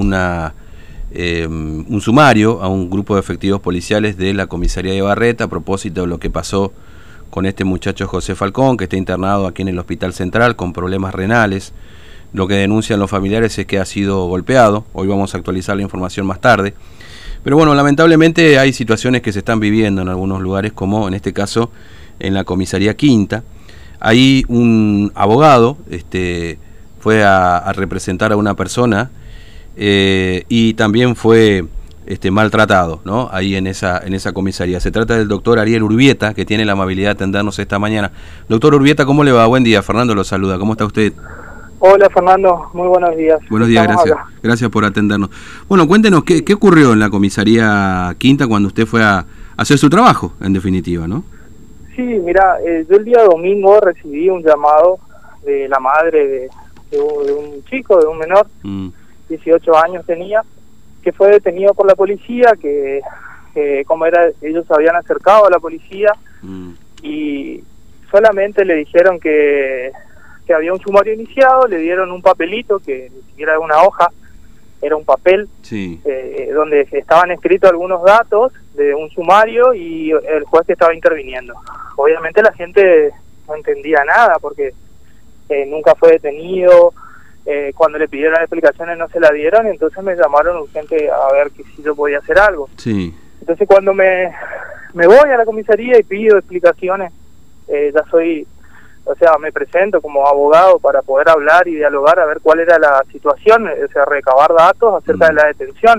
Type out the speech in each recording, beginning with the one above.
un sumario a un grupo de efectivos policiales de la comisaría de Barreta a propósito de lo que pasó con este muchacho José Falcón, que está internado aquí en el Hospital Central con problemas renales. Lo que denuncian los familiares es que ha sido golpeado. Hoy vamos a actualizar la información más tarde. Pero bueno, lamentablemente hay situaciones que se están viviendo en algunos lugares, como en este caso en la comisaría Quinta. Ahí un abogado fue a representar a una persona y también fue maltratado, ¿no? Ahí en esa comisaría. Se trata del doctor Ariel Urbieta, que tiene la amabilidad de atendernos esta mañana. Doctor Urbieta, ¿cómo le va? Buen día, Fernando lo saluda. ¿Cómo está usted? Hola Fernando, muy buenos días. Buenos días, gracias. Gracias por atendernos. Bueno, cuéntenos, ¿qué ocurrió en la comisaría Quinta cuando usted fue a hacer su trabajo, en definitiva, ¿no? Sí, mira, yo el día domingo recibí un llamado de la madre de un chico, de un menor, 18 años tenía, que fue detenido por la policía, que como era, ellos se habían acercado a la policía y solamente le dijeron que había un sumario iniciado, le dieron un papelito que ni siquiera era una hoja, era un papel, sí, donde estaban escritos algunos datos de un sumario y el juez que estaba interviniendo. Obviamente la gente no entendía nada porque nunca fue detenido, cuando le pidieron explicaciones no se la dieron, entonces me llamaron urgente a ver que si yo podía hacer algo. Sí. Entonces cuando me voy a la comisaría y pido explicaciones, ya soy... O sea, me presento como abogado para poder hablar y dialogar a ver cuál era la situación, o sea, recabar datos acerca de la detención.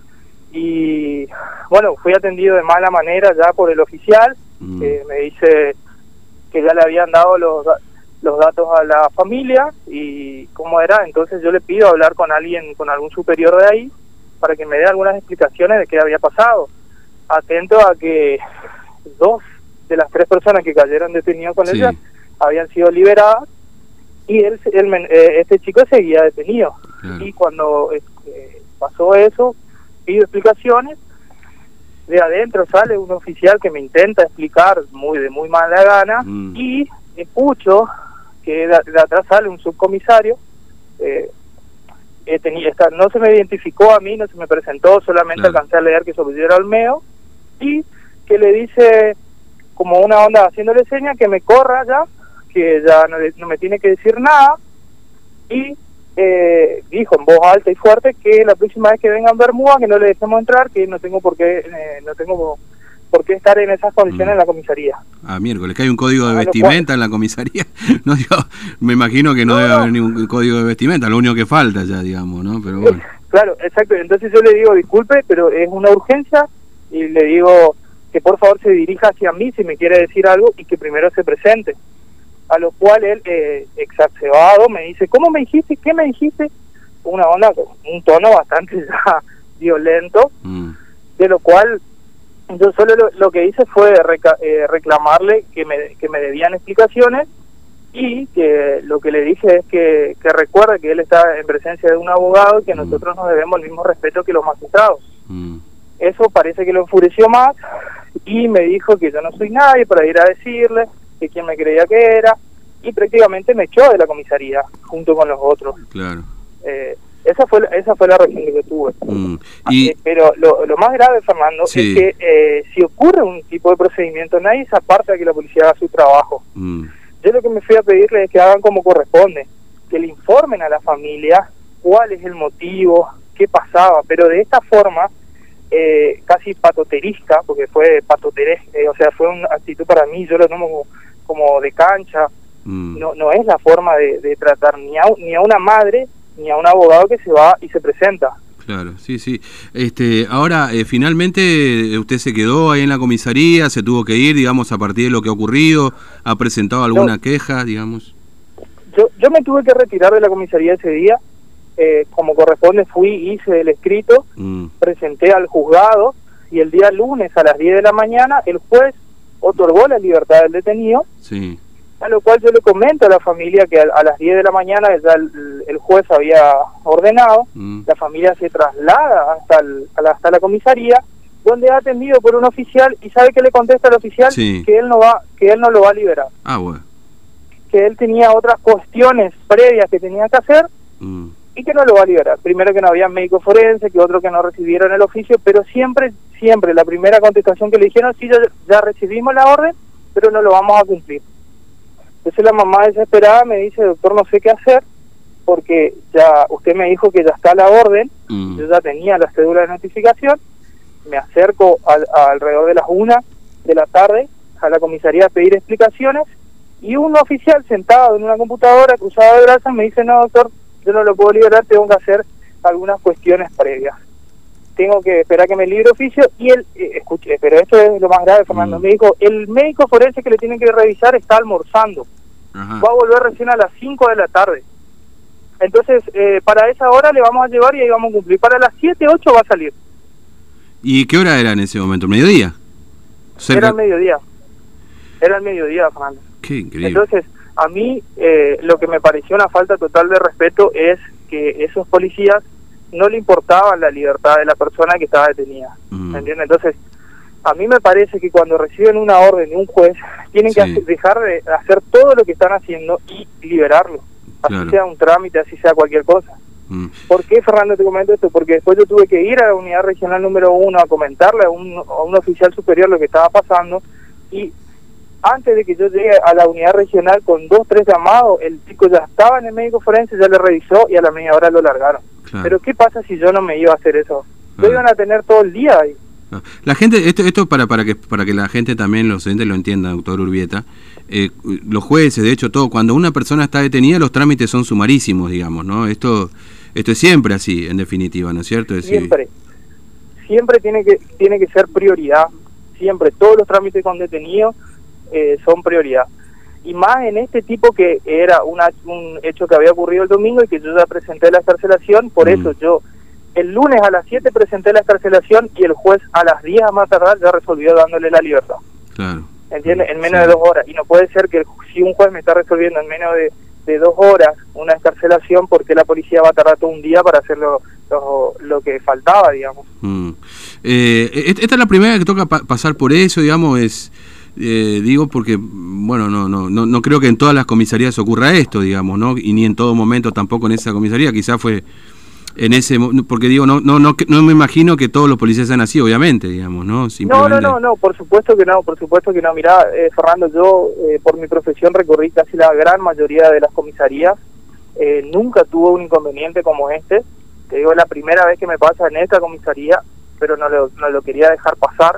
Y bueno, fui atendido de mala manera ya por el oficial, que me dice que ya le habían dado los datos a la familia y cómo era. Entonces yo le pido hablar con alguien, con algún superior de ahí, para que me dé algunas explicaciones de qué había pasado. Atento a que 2 de las 3 personas que cayeron detenidas con ella habían sido liberadas y este chico seguía detenido. Y cuando pasó eso, pido explicaciones, de adentro sale un oficial que me intenta explicar de muy mala gana y escucho que de atrás sale un subcomisario, no se me identificó a mí, no se me presentó, solamente alcancé a leer que su apellido era Olmeo, y que le dice como una onda haciéndole señas que me corra ya, que ya no me tiene que decir nada, y dijo en voz alta y fuerte que la próxima vez que vengan Bermuda que no le dejemos entrar, que no tengo por qué estar en esas condiciones en la comisaría. Ah, miércoles, que hay un código de vestimenta en la comisaría. No, me imagino que no debe haber ningún código de vestimenta, lo único que falta ya, digamos, ¿no? Pero bueno. Claro, exacto. Entonces yo le digo, disculpe, pero es una urgencia, y le digo que por favor se dirija hacia mí si me quiere decir algo y que primero se presente. A lo cual él, exacerbado, me dice, ¿cómo me dijiste? ¿Qué me dijiste? Una onda, un tono bastante ya violento, de lo cual yo solo lo que hice fue reclamarle que me debían explicaciones, y que lo que le dije es que recuerde que él está en presencia de un abogado y que nosotros nos debemos el mismo respeto que los magistrados. Eso parece que lo enfureció más y me dijo que yo no soy nadie para ir a decirle que quien me creía que era, y prácticamente me echó de la comisaría junto con los otros. Claro. Esa fue la reacción que tuve. Pero lo más grave, Fernando, es que si ocurre un tipo de procedimiento, nadie se aparta de que la policía haga su trabajo. Yo lo que me fui a pedirle es que hagan como corresponde, que le informen a la familia cuál es el motivo, qué pasaba, pero de esta forma casi patoterisca, porque fue o sea, fue una actitud para mí, yo lo tomo como de cancha. No es la forma de tratar ni a una madre ni a un abogado que se va y se presenta. Claro, sí. Ahora, finalmente, ¿usted se quedó ahí en la comisaría? ¿Se tuvo que ir, digamos, a partir de lo que ha ocurrido? ¿Ha presentado alguna queja, digamos? Yo me tuve que retirar de la comisaría ese día. Como corresponde, hice el escrito, presenté al juzgado, y el día lunes a las 10 de la mañana el juez otorgó la libertad del detenido. Sí. A lo cual yo le comento a la familia que a las 10 de la mañana ya el juez había ordenado. La familia se traslada hasta la comisaría, donde ha atendido por un oficial, y ¿sabe qué le contesta al oficial? Que él no lo va a liberar. Ah, bueno. Que él tenía otras cuestiones previas que tenía que hacer, y que no lo va a liberar. Primero que no había médico forense, que otro que no recibieron el oficio, pero siempre la primera contestación que le dijeron, sí, ya recibimos la orden, pero no lo vamos a cumplir. Entonces la mamá desesperada me dice, doctor, no sé qué hacer, porque ya usted me dijo que ya está la orden, yo ya tenía la cédula de notificación, me acerco alrededor de las 1 de la tarde a la comisaría a pedir explicaciones, y un oficial sentado en una computadora, cruzado de brazos, me dice, no, doctor, yo no lo puedo liberar, tengo que hacer algunas cuestiones previas. Tengo que esperar que me libre oficio, y él, escuche, pero esto es lo más grave, Fernando, me dijo, el médico forense que le tienen que revisar está almorzando, va a volver recién a las 5 de la tarde. Entonces, para esa hora le vamos a llevar y ahí vamos a cumplir. Para las 7, 8 va a salir. ¿Y qué hora era en ese momento? ¿Mediodía? Era el mediodía. Era el mediodía, Fernando. Qué increíble. Entonces, a mí lo que me pareció una falta total de respeto es que esos policías no le importaban la libertad de la persona que estaba detenida. ¿Me entiendes? Entonces, a mí me parece que cuando reciben una orden de un juez, tienen que dejar de hacer todo lo que están haciendo y liberarlo. Así sea un trámite, así sea cualquier cosa. ¿Por qué, Fernando, te comento esto? Porque después yo tuve que ir a la unidad regional número 1 a comentarle a un oficial superior lo que estaba pasando, y antes de que yo llegue a la unidad regional con 2, 3 llamados, el chico ya estaba en el médico forense, ya le revisó y a la media hora lo largaron. Pero ¿qué pasa si yo no me iba a hacer eso? Lo iban a tener todo el día ahí. La gente, esto para que la gente también, los oyentes lo entiendan, doctor Urbieta, los jueces, de hecho, todo, cuando una persona está detenida, los trámites son sumarísimos, digamos, ¿no? Esto es siempre así, en definitiva, ¿no es cierto? Siempre tiene que ser prioridad, siempre, todos los trámites con detenidos son prioridad. Y más en este tipo que era un hecho que había ocurrido el domingo y que yo ya presenté la excarcelación, por eso yo el lunes a las 7 presenté la excarcelación y el juez a las 10 a más tardar ya resolvió dándole la libertad. Claro. ¿Entiendes? En menos de 2 horas. Y no puede ser que si un juez me está resolviendo en menos de 2 horas una excarcelación, porque la policía va a tardar todo un día para hacer lo que faltaba, digamos. Esta es la primera vez que toca pasar por eso, digamos, digo porque, bueno, no creo que en todas las comisarías ocurra esto, digamos, ¿no? Y ni en todo momento tampoco en esa comisaría, quizás fue en ese, porque digo, no me imagino que todos los policías sean así, obviamente, digamos, ¿no? Simplemente... No, por supuesto que no, mirá, Fernando, yo por mi profesión recorrí casi la gran mayoría de las comisarías, nunca tuve un inconveniente como este, te digo, es la primera vez que me pasa en esta comisaría, pero no lo quería dejar pasar,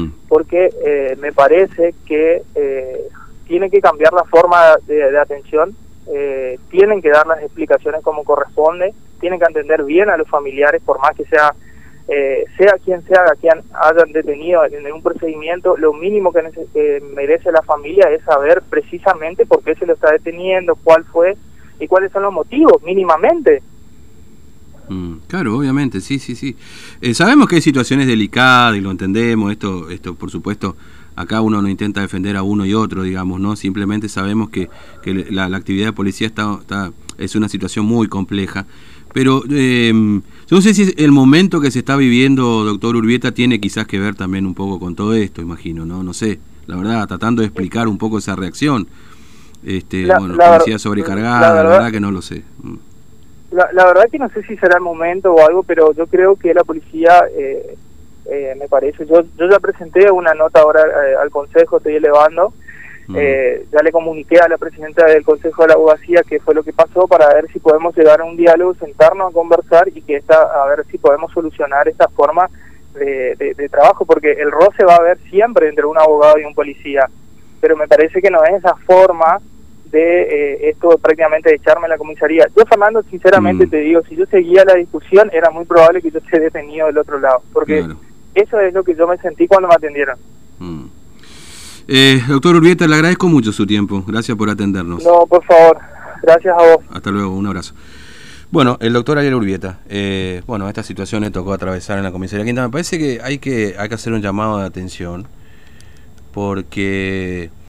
porque me parece que tiene que cambiar la forma de atención, tienen que dar las explicaciones como corresponde, tienen que atender bien a los familiares, por más que sea quien sea a quien hayan detenido en un procedimiento, lo mínimo que merece la familia es saber precisamente por qué se lo está deteniendo, cuál fue y cuáles son los motivos, mínimamente. Claro, obviamente, sí. Sabemos que hay situaciones delicadas y lo entendemos, esto por supuesto, acá uno no intenta defender a uno y otro, digamos, ¿no? Simplemente sabemos que la actividad de policía es una situación muy compleja. Pero yo no sé si el momento que se está viviendo, doctor Urbieta, tiene quizás que ver también un poco con todo esto, imagino, ¿no? No sé, la verdad, tratando de explicar un poco esa reacción. La policía sobrecargada, la verdad que no lo sé. La verdad que no sé si será el momento o algo, pero yo creo que la policía, me parece, yo ya presenté una nota ahora al Consejo, estoy elevando, ya le comuniqué a la presidenta del Consejo de la Abogacía qué fue lo que pasó para ver si podemos llegar a un diálogo, sentarnos a conversar y que a ver si podemos solucionar esta forma de trabajo, porque el roce va a haber siempre entre un abogado y un policía, pero me parece que no es esa forma de esto prácticamente de echarme a la comisaría. Yo, Fernando, sinceramente te digo, si yo seguía la discusión, era muy probable que yo esté detenido del otro lado, porque eso es lo que yo me sentí cuando me atendieron. Doctor Urbieta, le agradezco mucho su tiempo. Gracias por atendernos. No, por favor. Gracias a vos. Hasta luego, un abrazo. Bueno, el doctor Ariel Urbieta. Bueno, esta situación le tocó atravesar en la comisaría Quinta. Me parece que hay que hacer un llamado de atención, porque